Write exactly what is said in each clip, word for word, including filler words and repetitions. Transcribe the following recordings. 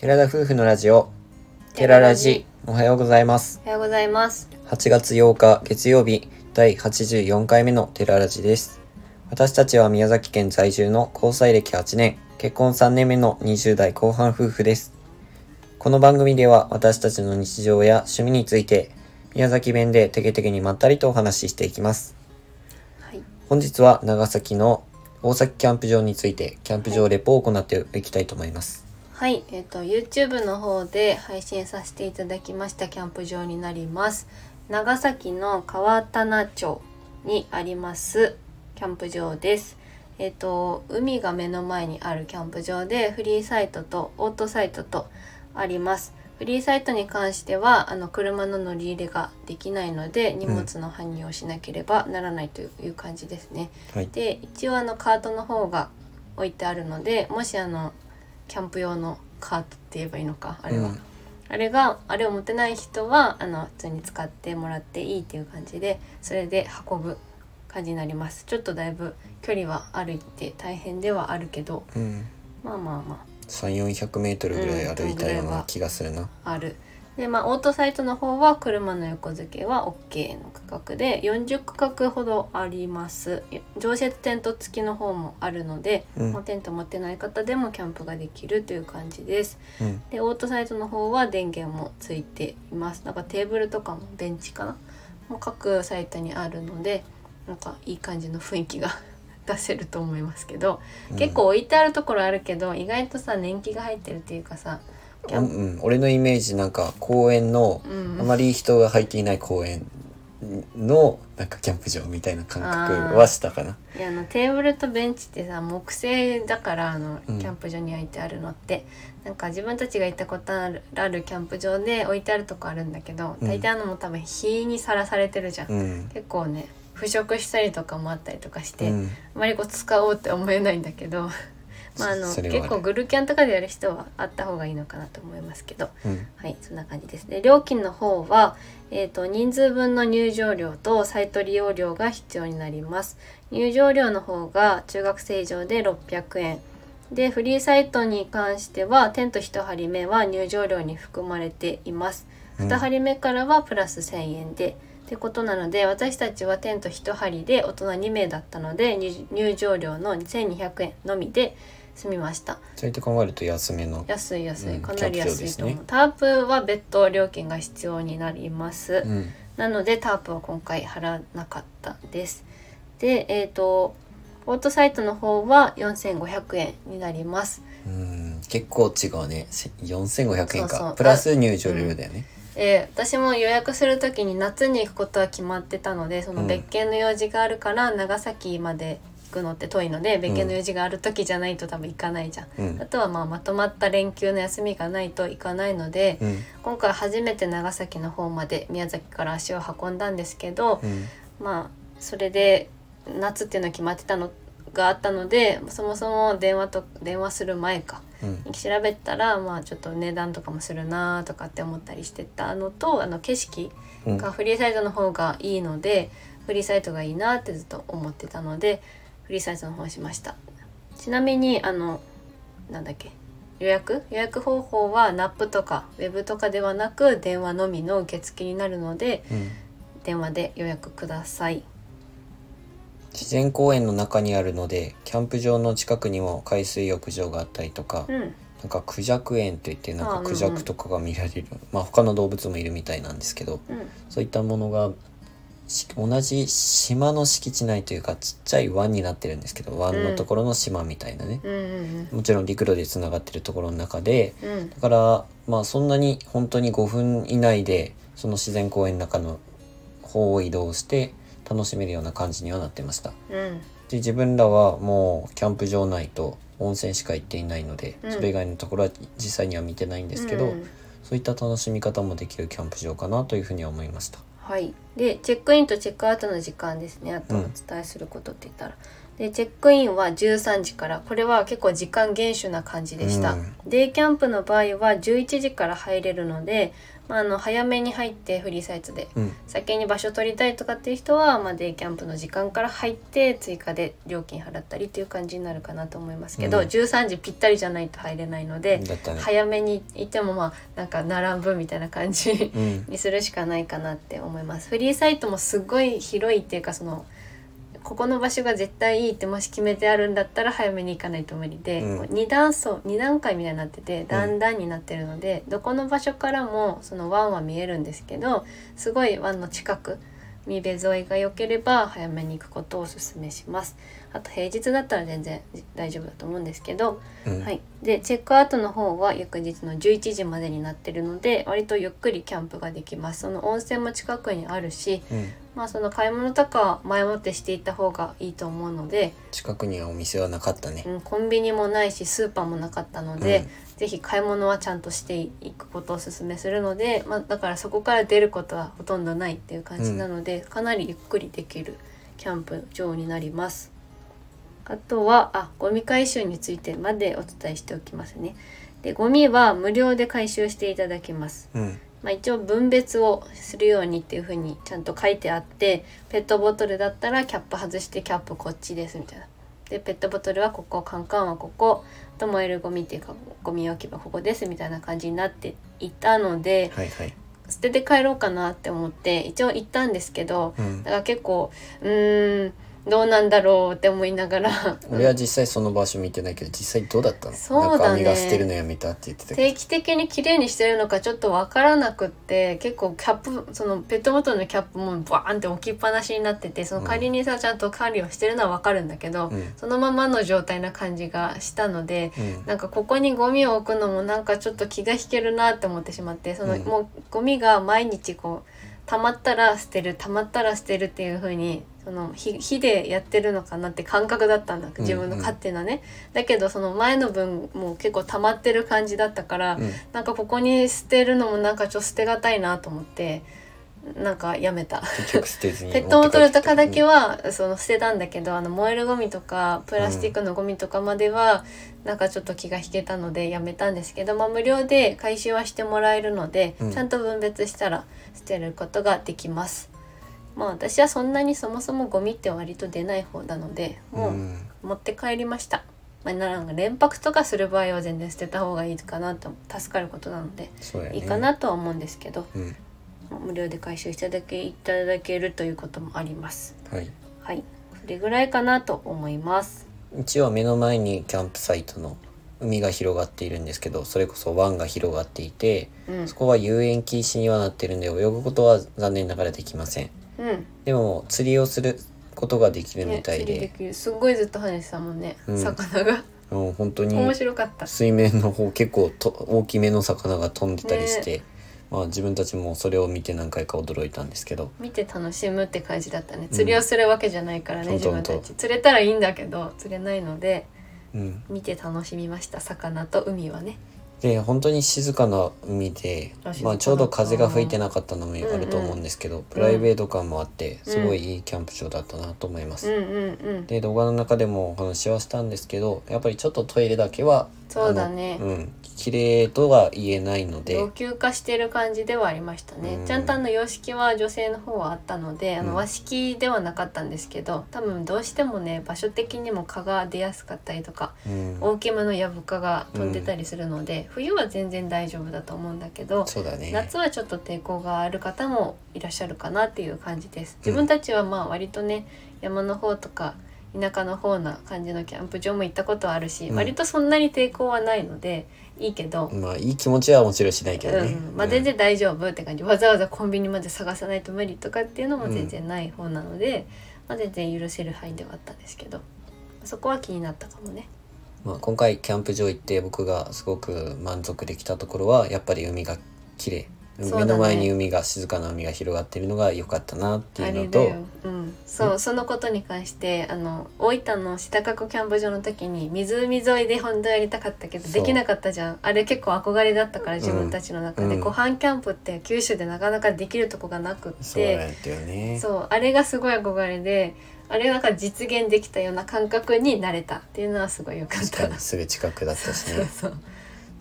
寺田夫婦のラジオ、寺ラジ。おはようございます。 おはようございます。 はちがつようか月曜日、だいはちじゅうよんかいめの寺ラジです。私たちは宮崎県在住の交際歴はちねん、結婚さんねんめのにじゅうだいこう半夫婦です。この番組では私たちの日常や趣味について、宮崎弁でテケテケにまったりとお話ししていきます。 はい、 本日は長崎の大崎キャンプ場についてキャンプ場レポを行っていきたいと思います。 はい、えっと YouTube の方で配信させていただきましたキャンプ場になります。長崎の川棚町にありますキャンプ場です。えっと海が目の前にあるキャンプ場でフリーサイトとオートサイトとあります。フリーサイトに関してはあの車の乗り入れができないので荷物の搬入をしなければならないという感じですね。 はい、 で一応あのカートの方が置いてあるので、もしあのキャンプ用のカートって言えばいいのか、あれは、うん、あれがあれを持てない人はあの普通に使ってもらっていいっていう感じで、それで運ぶ感じになります。ちょっとだいぶ距離は歩いて大変ではあるけど、うん、まあまあまあさんびゃく、よんひゃくメートルぐらい歩いたような気がするな、うん、 ある。でまあオートサイトの方は車の横付けは OK の区画でよんじゅっくかくほどあります。常設テント付きの方もあるので、うん、テント持ってない方でもキャンプができるという感じです、うん、でオートサイトの方は電源もついています。なんかテーブルとかもベンチかなもう各サイトにあるので、なんかいい感じの雰囲気が出せると思いますけど、うん、結構置いてあるところあるけど意外とさ年季が入ってるっていうかさ、 うんうん、俺のイメージなんか公園の、うん、あまり人が入っていない公園のなんかキャンプ場みたいな感覚はしたかな。 いやあのテーブルとベンチってさ木製だから、あの、うん、キャンプ場に置いてあるのってなんか自分たちが行ったことある、あるキャンプ場で置いてあるとこあるんだけど、大体あのも多分日にさらされてるじゃん、うん、結構ね腐食したりとかもあったりとかして、うん、あまりこう使おうって思えないんだけどまあ、あの結構グルキャンとかでやる人はあった方がいいのかなと思いますけど、うん、はいそんな感じですね。料金の方は、えーと、人数分の入場料とサイト利用料が必要になります。入場料の方が中学生以上でろっぴゃくえんで、フリーサイトに関してはテントいち針目は入場料に含まれています。に針目からはプラスせんえんでってことなので、私たちはテントいち針で大人にめいだったので入場料のせんにひゃくえんのみで済みました。 そうやって考えると安めの安い安いかなり安いと思う、うんね、タープは別途料金が必要になります、うん、なのでタープは今回払わなかったです。でえっ、ー、とオートサイトの方はよんせんごひゃくえんになります。 うん結構違うね。よんせんごひゃくえんか。そうそうプラス入場料だよね。 うんえー、私も予約するときに夏に行くことは決まってたので、その別件の用事があるから長崎まで行くのって遠いので別件の用事がある時じゃないと多分行かないじゃん、うん、あとはまあまとまった連休の休みがないと行かないので、うん、今回初めて長崎の方まで宮崎から足を運んだんですけど、うん、まあそれで夏っていうのは決まってたのがあったので、そもそも電話と電話する前かに調べたら、まあちょっと値段とかもするなとかって思ったりしてたのと、あの景色がフリーサイトの方がいいので、フリーサイトがいいなってずっと思ってたのでフリーサイトの方にしました。ちなみにあのなんだっけ予約予約方法はナップとかウェブとかではなく電話のみの受付になるので、うん、電話で予約ください。 自然公園の中にあるのでキャンプ場の近くにも海水浴場があったりとか、うん、なんかクジャク園といってなんかクジャクとかが見られる、あ、うんうん、まあ他の動物もいるみたいなんですけど、うん、そういったものが同じ島の敷地内というかちっちゃい湾になってるんですけど、湾のところの島みたいなね、うんうんうん、もちろん陸路でつながってるところの中で、うん、だからまあそんなに本当にごふん以内でその自然公園の中の方を移動して楽しめるような感じにはなってました、うん、で自分らはもうキャンプ場内と温泉しか行っていないので、うん、それ以外のところは実際には見てないんですけど、うん、そういった楽しみ方もできるキャンプ場かなというふうには思いました。 はい、でチェックインとチェックアウトの時間ですね。あとお伝えすることって言ったら、うん、でチェックインはじゅうさんじから、これは結構時間厳守な感じでした、うん、デイキャンプの場合はじゅういちじから入れるので、 まあ、あの早めに入ってフリーサイトで、 うん、 先に場所取りたいとかっていう人は、まあ、デイキャンプの時間から入って追加で料金払ったりっていう感じになるかなと思いますけど、うん、じゅうさんじぴったりじゃないと入れないので、ね、早めに行ってもまあなんか並ぶみたいな感じ、うん、にするしかないかなって思います。フリーサイトもすごい広いっていうか、そのここの場所が絶対いいってもし決めてあるんだったら早めに行かないと無理で、うん、に段層に段階みたいになってて段々になってるので、うん、どこの場所からもその湾は見えるんですけど、すごい湾の近く海辺沿いが良ければ早めに行くことをお勧めします。あと平日だったら全然大丈夫だと思うんですけど、うん、はい、でチェックアウトの方は翌日のじゅういちじまでになってるので割とゆっくりキャンプができます。その温泉も近くにあるし、うん、まあその買い物とかは前もってしていった方がいいと思うので、 近くにはお店はなかったね、 うん、コンビニもないしスーパーもなかったので、うん、ぜひ買い物はちゃんとしていくことをお勧めするので、まあ、だからそこから出ることはほとんどないっていう感じなので、うん、かなりゆっくりできるキャンプ場になります。あとはあゴミ回収についてまでお伝えしておきますね。でゴミは無料で回収していただきます、うん、まあ、一応分別をするようにっていう風にちゃんと書いてあって、ペットボトルだったらキャップ外してキャップこっちですみたいな、でペットボトルはここ、カンカンはここ、と燃えるゴミっていうかゴミ置き場ここですみたいな感じになっていたので、はいはい、捨てて帰ろうかなって思って一応行ったんですけど、うん、だから結構うーんどうなんだろうって思いながら俺は実際その場所見てないけど実際どうだったの？ そうだね、 なんか網が捨てるのやめたって言ってたけど定期的にきれいにしてるのかちょっと分からなくって、結構キャップそのペットボトルのキャップもバーンって置きっぱなしになってて、その仮にさ、うん、ちゃんと管理をしてるのは分かるんだけど、うん、そのままの状態な感じがしたので、うん、なんかここにゴミを置くのもなんかちょっと気が引けるなって思ってしまって、その、うん、もうゴミが毎日こう溜まったら捨てる溜まったら捨てるっていう風にその火でやってるのかなって感覚だったんだ、自分の勝手なね、うんうん、だけどその前の分もう結構溜まってる感じだったから、うん、なんかここに捨てるのもなんかちょっと捨てがたいなと思ってなんかやめた。 結局捨てずにペットボトルとかだけはその捨てたんだけど、あの燃えるゴミとかプラスチックのゴミとかまではなんかちょっと気が引けたのでやめたんですけど、まあ、無料で回収はしてもらえるので、うん、ちゃんと分別したら捨てることができます。まあ私はそんなにそもそもゴミって割と出ない方なのでもう持って帰りました。まあ、なんか連泊とかする場合は全然捨てた方がいいかなと、助かることなので、ね、いいかなとは思うんですけど、うん、無料で回収していただけ、いただけるということもあります。はい、はい、それぐらいかなと思います。 一応目の前にキャンプサイトの海が広がっているんですけど、それこそ湾が広がっていて、うん、そこは遊泳禁止にはなってるんで泳ぐことは残念ながらできません。うん、でも釣りをすることができるみたいで、ね、釣りできる。 すごいずっと跳ねてたもんね、うん、魚がもう本当に面白かった。 水面の方結構と大きめの魚が飛んでたりして、ね、まあ自分たちもそれを見て何回か驚いたんですけど、 見て楽しむって感じだったね。釣りをするわけじゃないからね、うん、自分たち釣れたらいいんだけど釣れないので、うん、見て楽しみました。魚と海はね。 で本当に静かな海で、まあ、ちょうど風が吹いてなかったのもあると思うんですけど、うんうん、プライベート感もあってすごいいいキャンプ場だったなと思います、うんうんうん、で動画の中でもお話はしたんですけど、やっぱりちょっとトイレだけはそうだね、 うん、綺麗とは言えないので老朽化してる感じではありましたね、うん、ちゃんとあの洋式は女性の方はあったので、あの和式ではなかったんですけど、多分どうしてもね場所的にも蚊が出やすかったりとか、うん、大きめのヤブ蚊が飛んでたりするので、うん、冬は全然大丈夫だと思うんだけど、 そうだね、 夏はちょっと抵抗がある方もいらっしゃるかなっていう感じです。自分たちはまあ割とね山の方とか田舎の方な感じのキャンプ場も行ったことあるし、うん、割とそんなに抵抗はないのでいいけど、 まあいい気持ちはもちろんしないけどね、 うん、まあ全然大丈夫って感じ、わざわざコンビニまで探さないと無理とかっていうのも全然ない方なので、うん、まあ、全然許せる範囲ではあったんですけど、そこは気になったかもね。 まあ、今回キャンプ場行って僕がすごく満足できたところはやっぱり海が綺麗、目の前に海が静かな海が広がっているのが良かったなっていうのと、 うん、そう、そのことに関してあの大分の下加古キャンプ場の時に湖沿いで本当やりたかったけどできなかったじゃん。あれ結構憧れだったから自分たちの中で、うん、湖畔キャンプって九州でなかなかできるとこがなくって、 そうやったよね。 そうあれがすごい憧れで、あれがなんか実現できたような感覚になれたっていうのはすごい良かった。 確かにすぐ近くだったしね。 そうそう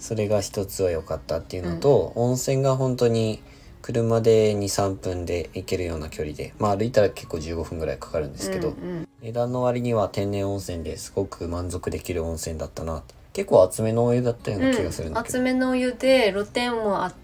それが一つは良かったっていうのと、うん、温泉が本当に車で にさんぷんで行けるような距離で、まあ歩いたら結構じゅうごふんぐらいかかるんですけど、うんうん、値段の割には天然温泉ですごく満足できる温泉だったな。結構厚めのお湯だったような気がするんだけど、 うん、厚めのお湯で露天もあって、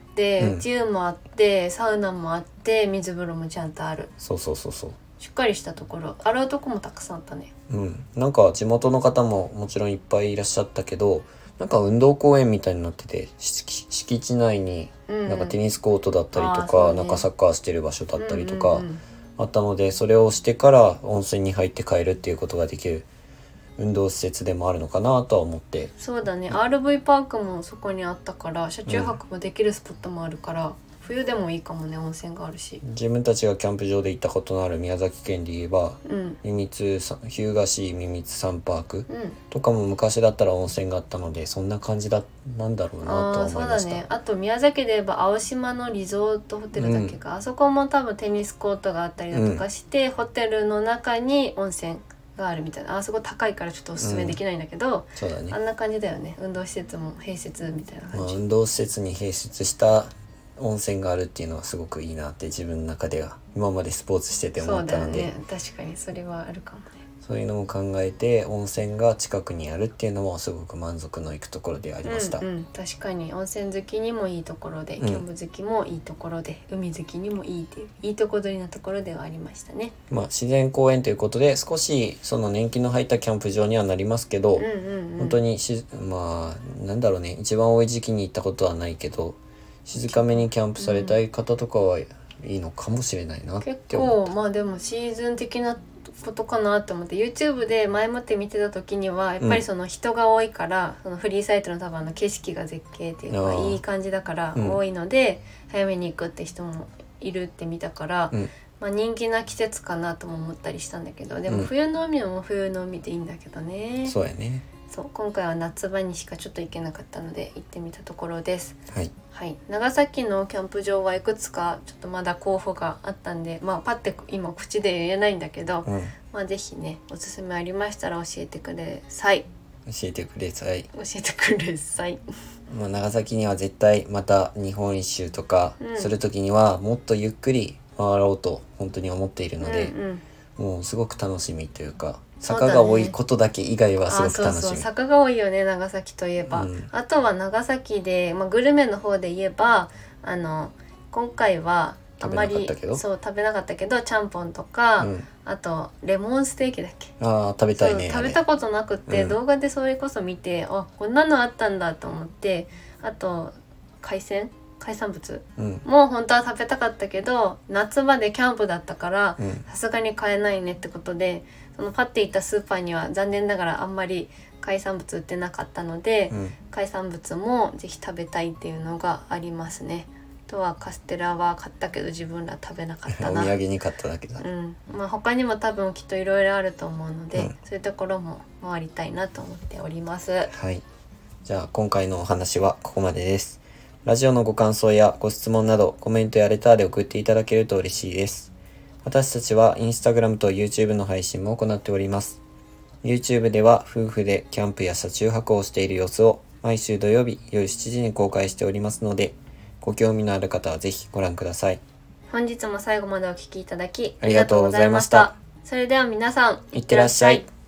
うん、内湯もあってサウナもあって水風呂もちゃんとある。 そうそうそうそう、 しっかりしたところ、洗うとこもたくさんあったね。 うん、なんか地元の方ももちろんいっぱいいらっしゃったけど、なんか運動公園みたいになってて、敷地内になんかテニスコートだったりとか、うん、なんかサッカーしてる場所だったりとかあったので、それをしてから温泉に入って帰るっていうことができる運動施設でもあるのかなとは思って。 そうだね、 アールブイ パークもそこにあったから、車中泊もできるスポットもあるから、うん、冬でもいいかもね、温泉があるし。 自分たちがキャンプ場で行ったことのある宮崎県で言えば、うん、ミミツ日向市ミミツサンパークとかも昔だったら温泉があったので、そんな感じだなんだろうなとは思いました。あ、そうだね。 あと宮崎で言えば青島のリゾートホテルだっけか、うん、あそこも多分テニスコートがあったりだとかして、うん、ホテルの中に温泉があるみたいな。あそこ高いからちょっとおすすめできないんだけど、うん、そうだね、あんな感じだよね。運動施設も併設みたいな感じ、まあ、 運動施設に併設した温泉があるっていうのはすごくいいなって自分の中では今までスポーツしてて思ったので。 そうだよね、確かにそれはあるかもね。 そういうのも考えて温泉が近くにあるっていうのもすごく満足のいくところでありました、 うんうん、確かに温泉好きにもいいところで、キャンプ好きもいいところで、うん、海好きにもいいっていういいとこ取りなところではありましたね。 まあ自然公園ということで少しその年季の入ったキャンプ場にはなりますけど、うんうんうん、本当にしまあなんだろうね、一番多い時期に行ったことはないけど、静かめにキャンプされたい方とかはいいのかもしれないなって思った。 結構まあでもシーズン的なことかなって思って YouTube で前もって見てた時にはやっぱりその人が多いから、うん、そのフリーサイトの多分あの景色が絶景っていうかいい感じだから多いので、うん、早めに行くって人もいるって見たから、うん、まあ、人気な季節かなとも思ったりしたんだけど、でも冬の海も冬の海でいいんだけどね、 うん、そうやね。 そう、今回は夏場にしかちょっと行けなかったので行ってみたところです。 はい、 はい、長崎のキャンプ場はいくつかちょっとまだ候補があったんで、まあパッて今口で言えないんだけど、うん、まあぜひねおすすめありましたら教えてください。 教えてください。 教えてください。 まあ長崎には絶対また日本一周とかする時にはもっとゆっくり回ろうと本当に思っているので、うんうん、もうすごく楽しみというか。坂が多いことだけ以外はすごく楽しみ。 そうそう、坂が多いよね長崎といえば、うん、あとは長崎で、まあ、グルメの方で言えばあの今回はあまりそう食べなかったけどちゃんぽんとか、うん、あとレモンステーキだっけ、 あ食べたいね。 食べたことなくって、うん、動画でそれこそ見てあこんなのあったんだと思って、あと海鮮海産物、うん、もう本当は食べたかったけど夏場でキャンプだったからさすがに買えないねってことで、そのパッて行ったスーパーには残念ながらあんまり海産物売ってなかったので、うん、海産物もぜひ食べたいっていうのがありますね。あとはカステラは買ったけど自分ら食べなかったな。 お土産に買っただけだ、 うんまあ、他にも多分きっといろいろあると思うので、うん、そういうところも回りたいなと思っております。 はい、じゃあ今回のお話はここまでです。ラジオのご感想やご質問などコメントやレターで送っていただけると嬉しいです。私たちはインスタグラムと YouTube の配信も行っております。YouTube では夫婦でキャンプや車中泊をしている様子を毎週土曜日夜しちじに公開しておりますので、ご興味のある方はぜひご覧ください。 本日も最後までお聞きいただきありがとうございました。それでは皆さん、 いってらっしゃい。